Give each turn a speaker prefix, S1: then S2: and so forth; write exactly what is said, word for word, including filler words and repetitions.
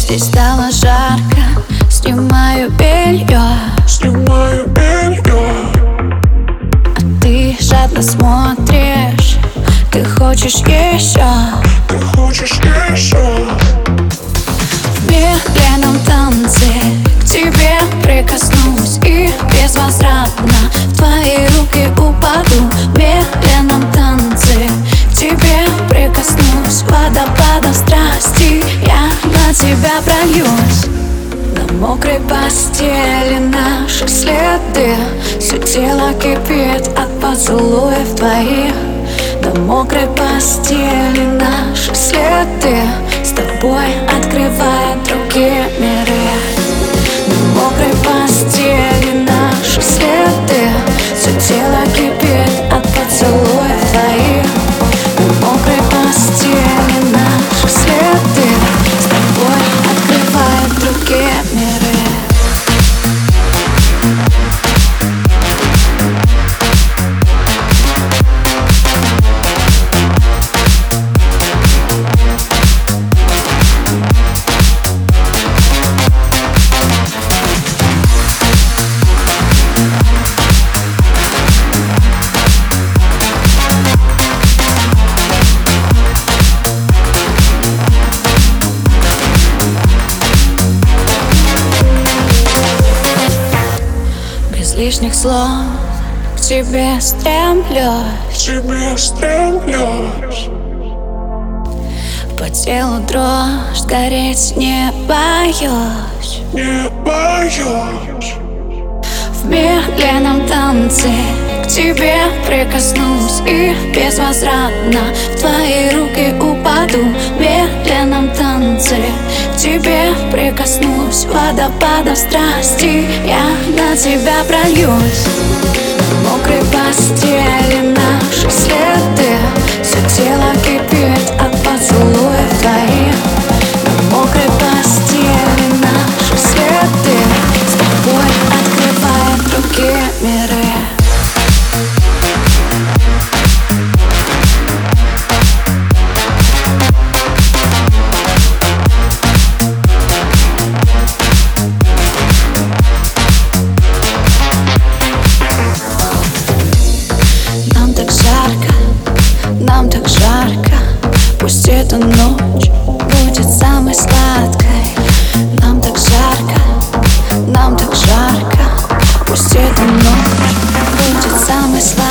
S1: Здесь стало жарко, снимаю белье,
S2: Снимаю белье.
S1: а ты жадно смотришь. Ты хочешь еще,
S2: Ты хочешь еще?
S1: в медленном танце к тебе прикоснусь и безвозвратно в твои руки упаду. В медленном танце к тебе прикоснусь, водопадом страсти я на тебя прольюсь. На мокрой постели наши следы, все тело кипит от поцелуев твоих. На мокрой постели наши следы, с тобой открывают другие миры. На мокрой постели наши следы, все тело кипит от поцелуев твоих. На мокрой постели наши следы, с тобой открывают другие миры. Без лишних слов к тебе стремлюсь,
S2: К тебе стремлюсь.
S1: по телу дрожь, гореть не боюсь.
S2: Не боюсь.
S1: В медленном танце к тебе прикоснусь и безвозвратно в твои руки упаду. В медленном танце к тебе прикоснусь, водопадом страсти я на тебя прольюсь. На мокрой постели наши следы, все тело кипит от поцелуев твоих. На мокрой постели наши следы, с тобой открывают другие миры. Нам так жарко, нам так жарко, пусть эта ночь будет самой сладкой. Нам так жарко, нам так жарко, пусть эта ночь будет самой сладкой.